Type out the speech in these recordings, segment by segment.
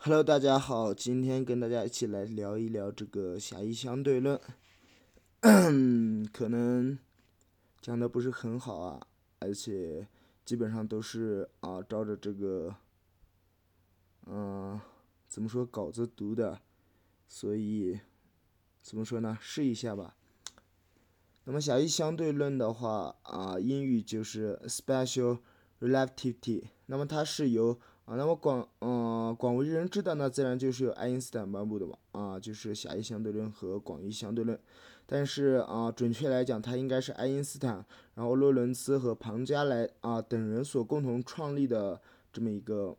Hello，大家好，今天跟大家一起来聊一聊这个狭义相对论。可能讲的不是很好啊，而且基本上都是照着这个怎么说稿子读的，所以怎么说呢？试一下吧。那么狭义相对论的话英语就是 special relativity。那么它是由那么广为人知的呢，自然就是由爱因斯坦颁布的嘛，就是狭义相对论和广义相对论。但是准确来讲，它应该是爱因斯坦，然后洛伦兹和庞加莱等人所共同创立的这么一个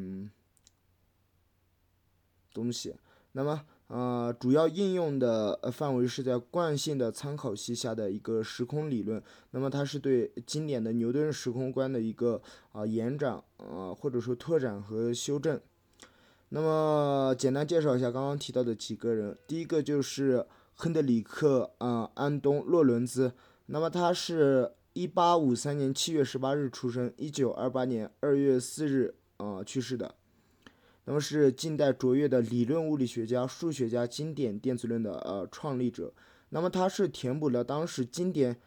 东西。那么主要应用的范围是在惯性的参考系下的一个时空理论。那么它是对经典的牛顿时空观的一个延展或者说拓展和修正。那么简单介绍一下刚刚提到的几个人，第一个就是亨德里克安东洛伦兹。那么他是1853年7月18日出生，1928年2月4日去世的。那么是近代卓越的理论物理学家、数学家，经典电磁论的创立者。那么他是填补了当时经典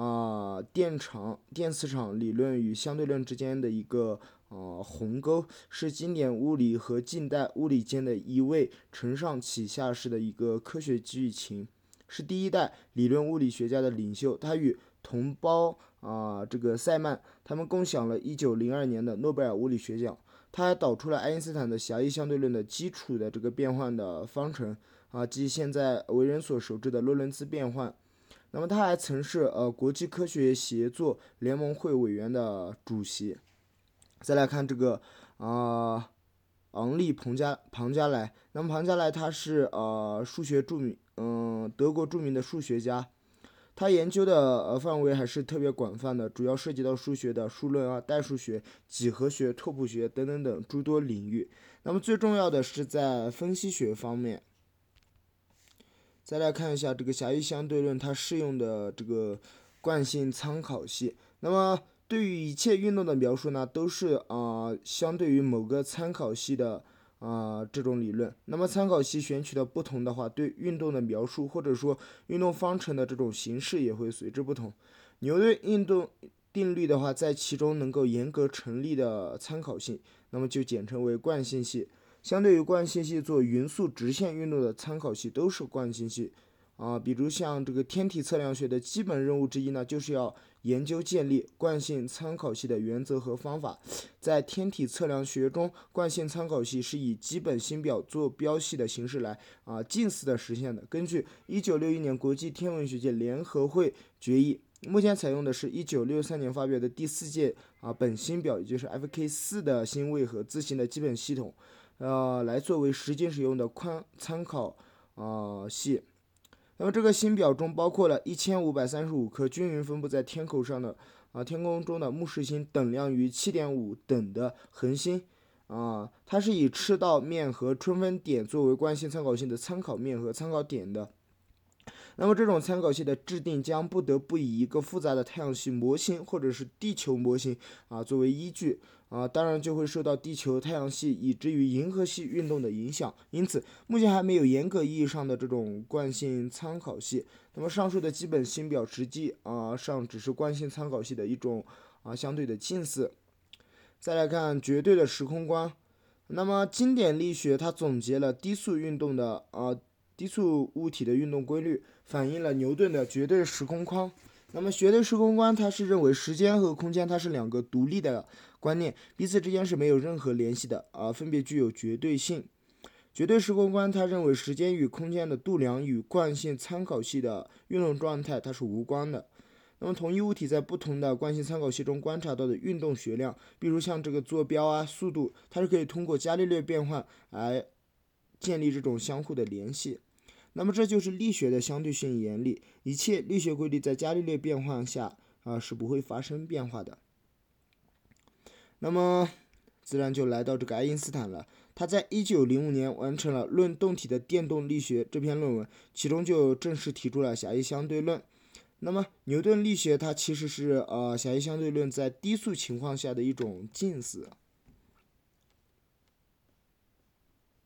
电磁场理论与相对论之间的一个鸿沟，是经典物理和近代物理间的一位承上启下式的一个科学剧情，是第一代理论物理学家的领袖。他与同胞这个塞曼他们共享了1902年的诺贝尔物理学奖。他还导出了爱因斯坦的狭义相对论的基础的这个变换的方程即现在为人所熟知的洛伦兹变换。那么他还曾是国际科学协作联盟会委员的主席。再来看这个昂利庞加莱。那么庞加莱他是数学著名，德国著名的数学家。他研究的范围还是特别广泛的，主要涉及到数学的数论代数学、几何学、拓扑学等等等诸多领域。那么最重要的是在分析学方面。再来看一下这个狭义相对论，它适用的这个惯性参考系。那么对于一切运动的描述呢，都是相对于某个参考系的这种理论。那么参考系选取的不同的话，对运动的描述或者说运动方程的这种形式也会随之不同。牛顿运动定律的话，在其中能够严格成立的参考性，那么就简称为惯性系。相对于惯性系做匀速直线运动的参考系都是惯性系比如像这个天体测量学的基本任务之一呢，就是要研究建立惯性参考系的原则和方法。在天体测量学中，惯性参考系是以基本星表做标系的形式来近似的实现的。根据1961年国际天文学界联合会决议，目前采用的是1963年发表的第4届本星表，也就是 FK4 的星位和自行的基本系统。来作为实际使用的参考系。那么这个星表中包括了1535颗均匀分布在天空中的木卫星，等量于7.5等的恒星。它是以赤道面和春分点作为惯性参考性的参考面和参考点的。那么这种参考系的制定将不得不以一个复杂的太阳系模型或者是地球模型作为依据当然就会受到地球、太阳系以至于银河系运动的影响。因此目前还没有严格意义上的这种惯性参考系。那么上述的基本星表实际上只是惯性参考系的一种相对的近似。再来看绝对的时空观。那么经典力学它总结了低速物体的运动规律，反映了牛顿的绝对时空观。那么绝对时空观它是认为时间和空间它是两个独立的观念，彼此之间是没有任何联系的分别具有绝对性。绝对时空观它认为时间与空间的度量与惯性参考系的运动状态它是无关的。那么同一物体在不同的惯性参考系中观察到的运动学量，比如像这个坐标速度，它是可以通过伽利略变换来建立这种相互的联系。那么这就是力学的相对性原理，一切力学规律在伽利略变换下是不会发生变化的。那么自然就来到这个爱因斯坦了。他在1905年完成了《论动体的电动力学》这篇论文，其中就正式提出了狭义相对论。那么牛顿力学它其实是狭义相对论在低速情况下的一种近似。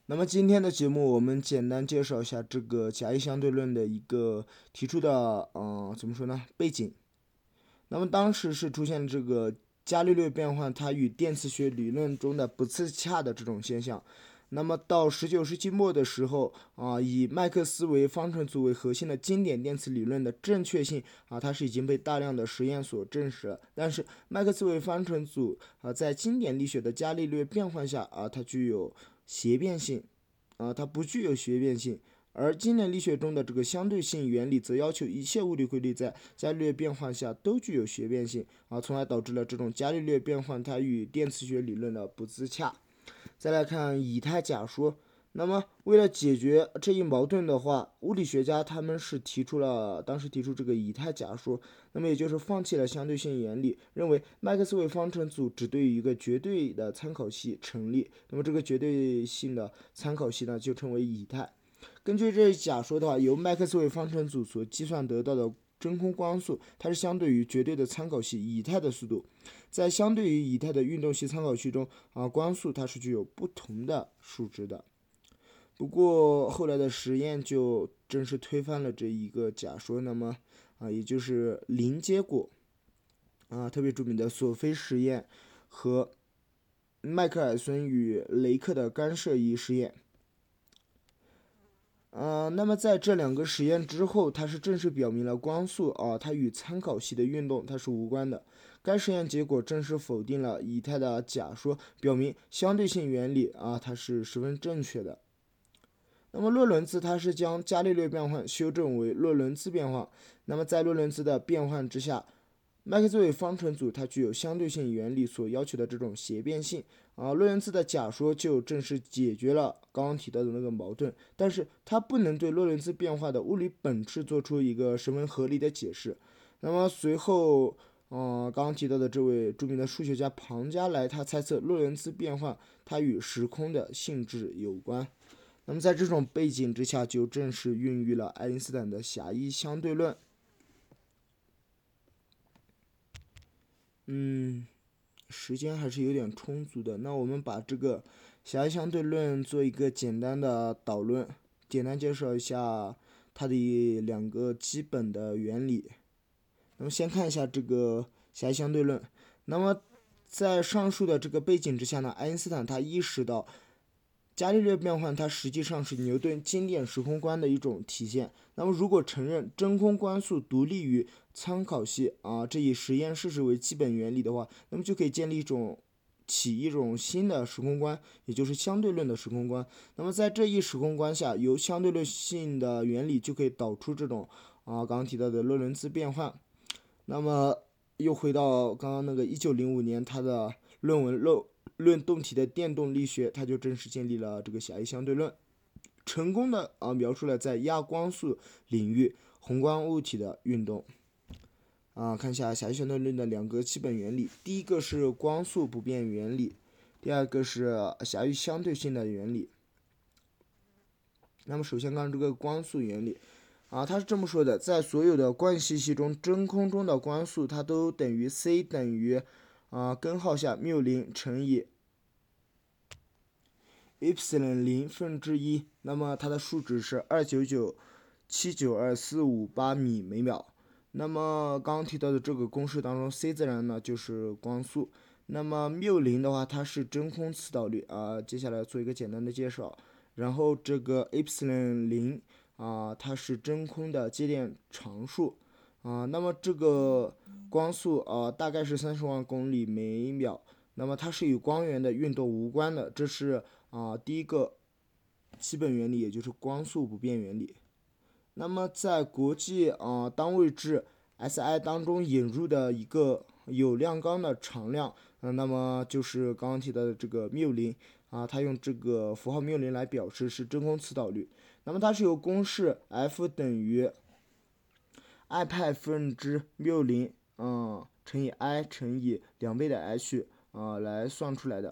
那么今天的节目，我们简单介绍一下这个狭义相对论的一个提出的，怎么说呢，背景。那么当时是出现这个伽利略变换，它与电磁学理论中的不自洽的这种现象。那么到19世纪末的时候，以麦克斯韦方程组为核心的经典电磁理论的正确性它是已经被大量的实验所证实了。但是麦克斯韦方程组在经典力学的伽利略变换下它具有谐变性，它不具有学变性。而经典力学中的这个相对性原理则要求一切物理规律在伽利略变换下都具有学变性从而导致了这种伽利略变换它与电磁学理论的不自洽。再来看以太假说，那么为了解决这一矛盾的话，物理学家他们是当时提出这个以太假说，那么也就是放弃了相对性原理，认为麦克斯韦方程组只对于一个绝对的参考系成立，那么这个绝对性的参考系呢就称为以太。根据这一假说的话，由麦克斯韦方程组所计算得到的真空光速，它是相对于绝对的参考系以太的速度。在相对于以太的运动系参考系中光速它是具有不同的数值的。不过后来的实验就正式推翻了这一个假说，那么也就是零结果特别著名的索菲实验和迈克尔孙与雷克的干涉仪实验。那么在这两个实验之后，它是正式表明了光速它与参考系的运动它是无关的。该实验结果正式否定了以太的假说，表明相对性原理它是十分正确的。那么洛伦兹它是将伽利略变换修正为洛伦兹变换。那么在洛伦兹的变换之下，麦克斯韦方程组它具有相对性原理所要求的这种谐变性洛伦兹的假说就正式解决了刚刚提到的那个矛盾，但是它不能对洛伦兹变化的物理本质做出一个十分合理的解释。那么随后刚刚提到的这位著名的数学家庞加莱，他猜测洛伦兹变换它与时空的性质有关。那么在这种背景之下，就正式孕育了爱因斯坦的狭义相对论。时间还是有点充足的，那我们把这个狭义相对论做一个简单的导论，简单介绍一下它的两个基本的原理。那么先看一下这个狭义相对论。那么在上述的这个背景之下呢，爱因斯坦他意识到伽利略变换它实际上是牛顿经典时空观的一种体现。那么如果承认真空光速独立于参考系这以实验事实为基本原理的话，那么就可以建立起一种新的时空观，也就是相对论的时空观。那么在这一时空观下，由相对论性的原理就可以导出这种刚刚提到的洛伦兹变换。那么又回到刚刚那个1905年他的论文论动体的电动力学，他就正式建立了这个狭义相对论，成功的描述了在亚光速领域宏观物体的运动。看一下狭义相对论的两个基本原理，第一个是光速不变原理，第二个是狭义相对性的原理。那么首先看这个光速原理它是这么说的，在所有的关系系中，真空中的光速它都等于 c 等于根号下缪零乘以 epsilon 零分之一，那么它的数值是299.79245米每秒。那么刚刚提到的这个公式当中 ，c 自然呢就是光速，那么缪零的话它是真空磁导率接下来做一个简单的介绍，然后这个 epsilon 零它是真空的接电常数那么这个光速大概是30万公里每秒，那么它是与光源的运动无关的，这是第一个基本原理，也就是光速不变原理。那么在国际单位制 SI 当中引入的一个有量纲的常量，那么就是刚刚提到的这个缪零它用这个符号缪零来表示是真空磁导率。那么它是由公式 F 等于 i 派分之缪零乘以 i 乘以2倍的 h 来算出来的。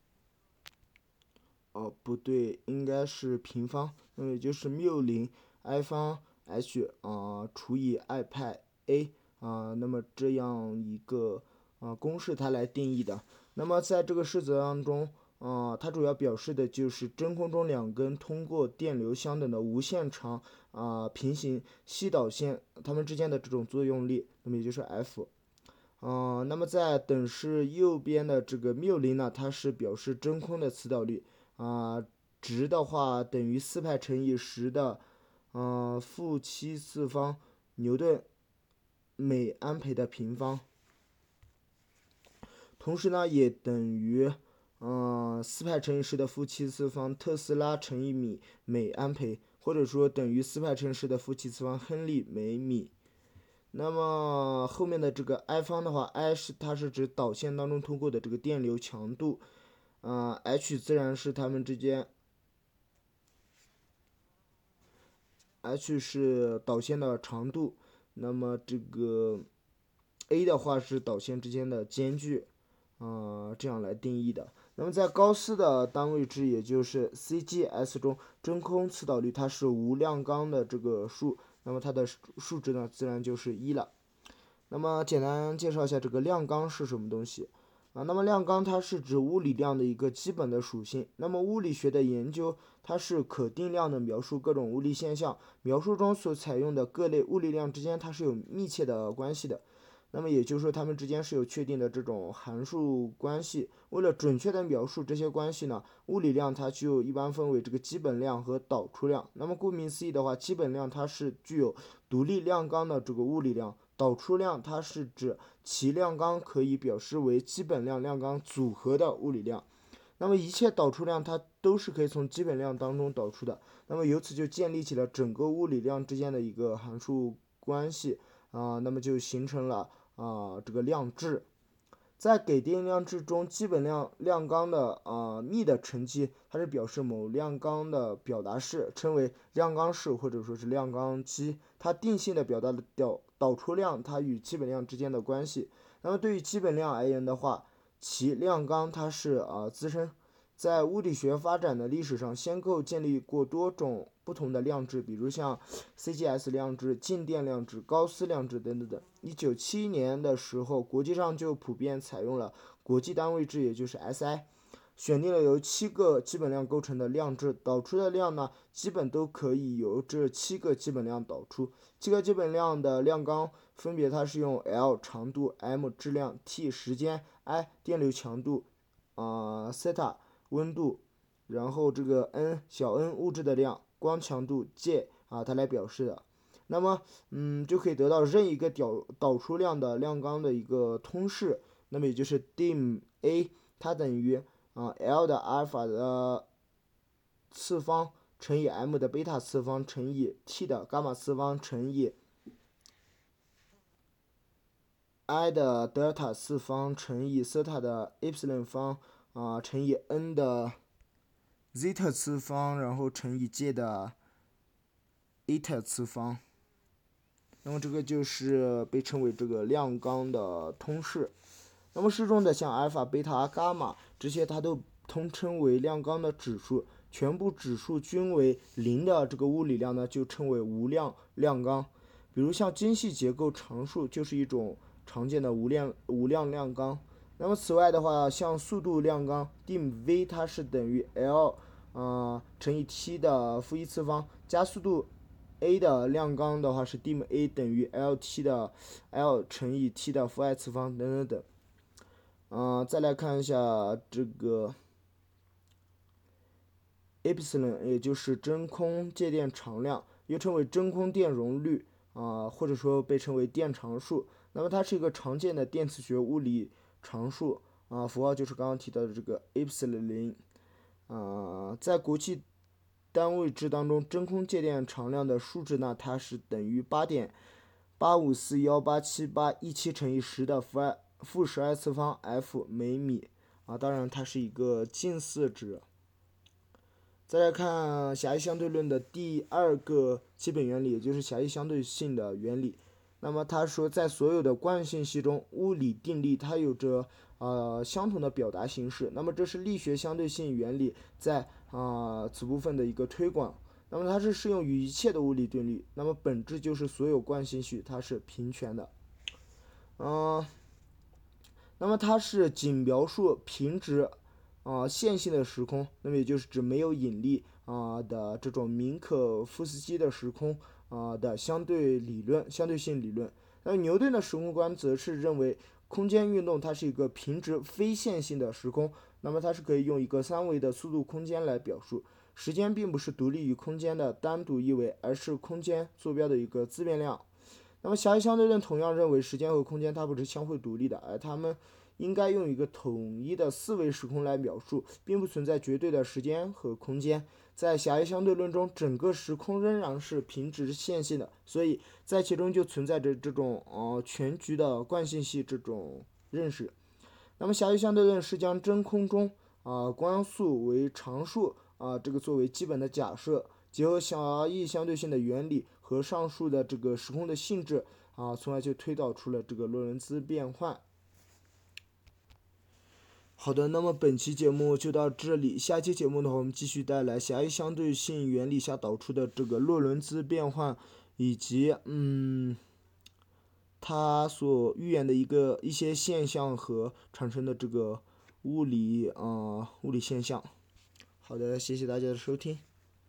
不对，应该是平方，那么也就是缪零 i 方 h 除以 i 派 a 那么这样一个公式它来定义的。那么在这个式子当中它主要表示的就是真空中两根通过电流相等的无限长平行吸导线它们之间的这种作用力，那么也就是 F。那么在等式右边的这个谬零呢，它是表示真空的磁导率值的话等于4派乘以10的负7次方牛顿每安培的平方，同时呢也等于4派乘以10的负7次方特斯拉乘以米每安培，或者说等于4派乘以10的负7次方亨利每米。那么后面的这个 I 方的话 ，I 它是指导线当中通过的这个电流强度，H 自然是它们之间，H 是导线的长度，那么这个 A 的话是导线之间的间距，这样来定义的。那么在高斯的单位制，也就是 CGS 中，真空磁导率它是无量纲的这个数，那么它的数值呢，自然就是1了。那么简单介绍一下这个量纲是什么东西那么量纲它是指物理量的一个基本的属性。那么物理学的研究，它是可定量的描述各种物理现象，描述中所采用的各类物理量之间它是有密切的关系的。那么也就是说，它们之间是有确定的这种函数关系。为了准确的描述这些关系呢，物理量它就一般分为这个基本量和导出量。那么顾名思义的话，基本量它是具有独立量纲的这个物理量，导出量它是指其量纲可以表示为基本量量纲组合的物理量。那么一切导出量它都是可以从基本量当中导出的。那么由此就建立起了整个物理量之间的一个函数关系那么就形成了这个量质。在给定量质中，基本量量纲的幂的乘积，它是表示某量纲的表达式，称为量纲式或者说是量纲积。它定性的表达的导出量它与基本量之间的关系。那么对于基本量而言的话，其量纲它是自身。在物理学发展的历史上，先后建立过多种不同的量质，比如像 CGS 量质、静电量质、高斯量质等等等。1971年的时候，国际上就普遍采用了国际单位制，也就是 SI， 选定了由7个基本量构成的量质，导出的量呢，基本都可以由这7个基本量导出。7个基本量的量纲分别它是用 L 长度、M 质量、T 时间、I 电流强度、西塔温度，然后这个 n 小 n 物质的量、光强度 J 它来表示的。那么就可以得到任一个导出量的量纲的一个通式，那么也就是 dim A 它等于L 的阿尔法的次方乘以 M 的贝塔次方乘以 T 的伽马次方乘以 I 的德尔塔次方乘以西塔的 epsilon 方乘以 n 的 zeta 次方，然后乘以 J 的 eta 次方。那么这个就是被称为这个量纲的通式。那么适中的像阿尔法、贝塔、伽马这些，它都通称为量纲的指数。全部指数均为0的这个物理量呢，就称为无量量纲。比如像精细结构常数就是一种常见的无量量纲。那么此外的话，像速度量纲 dV 它是等于 L 乘以 T 的负1次方，加速度 A 的量纲的话是 dim A 等于 LT 的 L 乘以 T 的负2次方等等等。再来看一下这个 epsilon， 也就是真空介电常量，又称为真空电容率或者说被称为电常数。那么它是一个常见的电磁学物理常数符号就是刚刚提到的这个 epsilon 在国际单位制当中，真空介电常量的数值呢，它是等于8.854187817乘以10的负12次方 F 每米当然它是一个近似值。再来看狭义相对论的第2个基本原理，也就是狭义相对性的原理。那么他说，在所有的惯性系中，物理定律它有着相同的表达形式。那么这是力学相对性原理在此部分的一个推广。那么它是适用于一切的物理定律。那么本质就是所有惯性系它是平权的。那么它是仅描述平值线性的时空，那么也就是指没有引力的这种明可夫斯基的时空的相对性理论。那牛顿的时空观则是认为空间运动它是一个平直非线性的时空，那么它是可以用一个三维的速度空间来表述。时间并不是独立于空间的单独一维，而是空间坐标的一个自变量。那么狭义相对论同样认为时间和空间它不是相互独立的，而它们应该用一个统一的四维时空来表述，并不存在绝对的时间和空间。在狭义相对论中，整个时空仍然是平直线性的，所以在其中就存在着这种全局的惯性系这种认识。那么狭义相对论是将真空中光速为常数这个作为基本的假设，结合狭义相对性的原理和上述的这个时空的性质从而就推导出了这个洛伦兹变换。好的，那么本期节目就到这里，下期节目的话，我们继续带来狭义相对性原理下导出的这个洛伦兹变换，以及它所预言的一些现象和产生的这个物理现象。好的，谢谢大家的收听。